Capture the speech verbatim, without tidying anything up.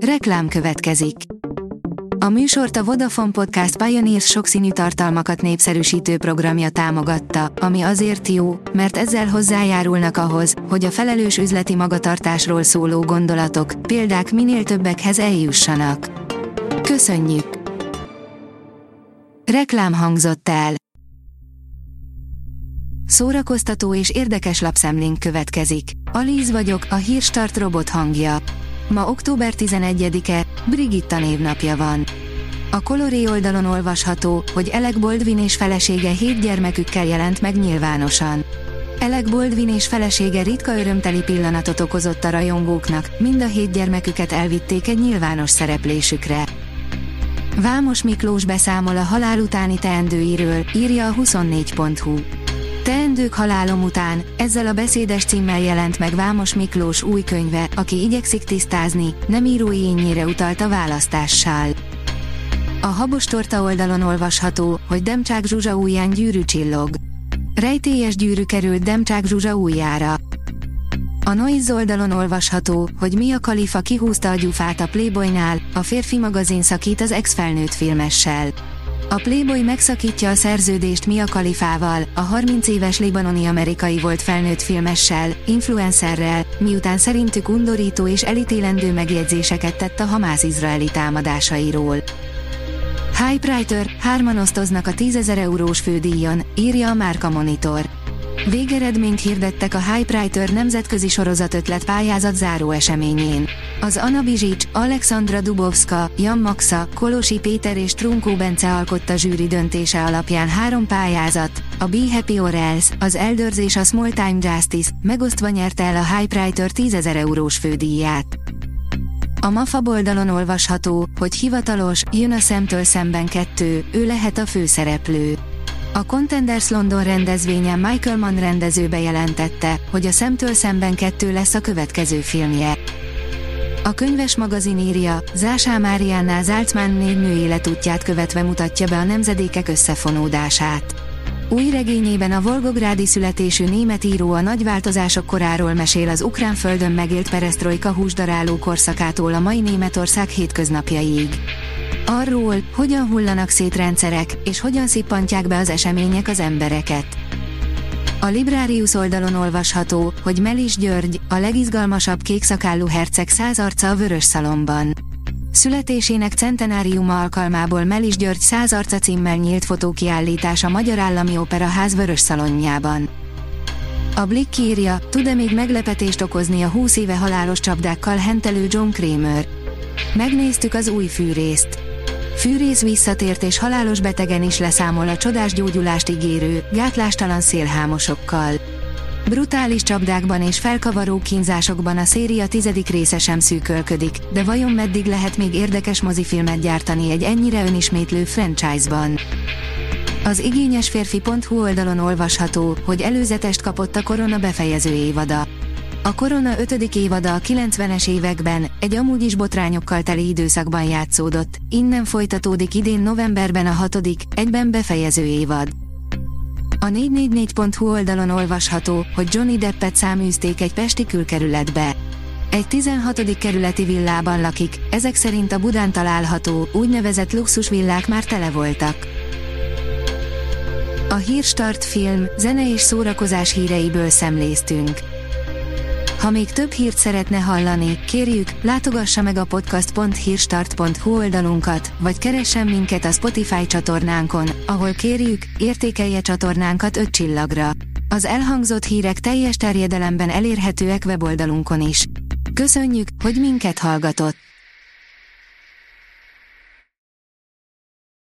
Reklám következik. A műsort a Vodafone Podcast Pioneers sokszínű tartalmakat népszerűsítő programja támogatta, ami azért jó, mert ezzel hozzájárulnak ahhoz, hogy a felelős üzleti magatartásról szóló gondolatok, példák minél többekhez eljussanak. Köszönjük! Reklám hangzott el. Szórakoztató és érdekes lapszemlénk következik. Alíz vagyok, a Hírstart robot hangja. Ma október tizenegyedike, Brigitta névnapja van. A Coloré oldalon olvasható, hogy Alec Baldwin és felesége hét gyermekükkel jelent meg nyilvánosan. Alec Baldwin és felesége ritka örömteli pillanatot okozott a rajongóknak, mind a hét gyermeküket elvitték egy nyilvános szereplésükre. Vámos Miklós beszámol a halál utáni teendőiről, írja a huszonnégy pont hu. Teendők halálom után, ezzel a beszédes címmel jelent meg Vámos Miklós új könyve, aki igyekszik tisztázni, nem írói énnyire utalt a választással. A Habostorta oldalon olvasható, hogy Demcsák Zsuzsa ujján gyűrű csillog. Rejtélyes gyűrű került Demcsák Zsuzsa ujjára. A Noise oldalon olvasható, hogy Mia Khalifa kihúzta a gyufát a Playboynál, a férfi magazin szakít az ex-felnőtt filmessel. A Playboy megszakítja a szerződést Mia Khalifával, a harminc éves libanoni amerikai volt felnőtt filmessel, influencerrel, miután szerintük undorító és elítélendő megjegyzéseket tett a Hamász izraeli támadásairól. Hypewriter, hárman osztoznak a tízezer eurós fődíjon, írja a Márka Monitor. Végeredményt hirdettek a Hypewriter nemzetközi sorozatötlet pályázat záró eseményén. Az Anna Bizsics, Alexandra Dubovska, Jan Maxa, Kolosi Péter és Trunkó Bence alkotta zsűri döntése alapján három pályázat, a Be Happy or Else, az Elders és a Small Time Justice, megosztva nyerte el a Hypewriter tízezer eurós fődíját. A MAFA oldalon olvasható, hogy hivatalos, jön a Szemtől szemben kettő, ő lehet a főszereplő. A Contenders London rendezvényen Michael Mann rendező bejelentette, hogy a Szemtől szemben kettő lesz a következő filmje. A Könyves magazin írja, Zásá Máriánná Zalcman négy nő életútját követve mutatja be a nemzedékek összefonódását. Új regényében a volgográdi születésű német író a nagy változások koráról mesél az ukrán földön megélt peresztrojka húsdaráló korszakától a mai Németország hétköznapjaiig. Arról, hogyan hullanak szét rendszerek, és hogyan szippantják be az események az embereket. A Librarius oldalon olvasható, hogy Melis György, a legizgalmasabb kékszakállú herceg száz arca a Vörös Szalonban. Születésének centenáriuma alkalmából Melis György száz arca címmel nyílt fotókiállítás a Magyar Állami Operaház Vörös Szalonjában. A Blick írja, tud-e még meglepetést okozni a húsz éve halálos csapdákkal hentelő John Kramer. Megnéztük az új fűrészt. Fűrész visszatért és halálos betegen is leszámol a csodás gyógyulást ígérő, gátlástalan szélhámosokkal. Brutális csapdákban és felkavaró kínzásokban a széria tizedik része sem szűkölködik, de vajon meddig lehet még érdekes mozifilmet gyártani egy ennyire önismétlő franchise-ban? Az igényesférfi pont hu oldalon olvasható, hogy előzetest kapott a Korona befejező évada. A Korona ötödik évada a kilencvenes években, egy amúgy is botrányokkal teli időszakban játszódott, innen folytatódik idén novemberben a hatodik, egyben befejező évad. A négy négy négy pont hu oldalon olvasható, hogy Johnny Deppet száműzték egy pesti külkerületbe. Egy tizenhatodik kerületi villában lakik, ezek szerint a Budán található, úgynevezett luxusvillák már tele voltak. A Hírstart film, zene és szórakozás híreiből szemléztünk. Ha még több hírt szeretne hallani, kérjük, látogassa meg a podcast pont hírstart pont hu oldalunkat, vagy keressen minket a Spotify csatornánkon, ahol kérjük, értékelje csatornánkat öt csillagra. Az elhangzott hírek teljes terjedelemben elérhetőek weboldalunkon is. Köszönjük, hogy minket hallgatott!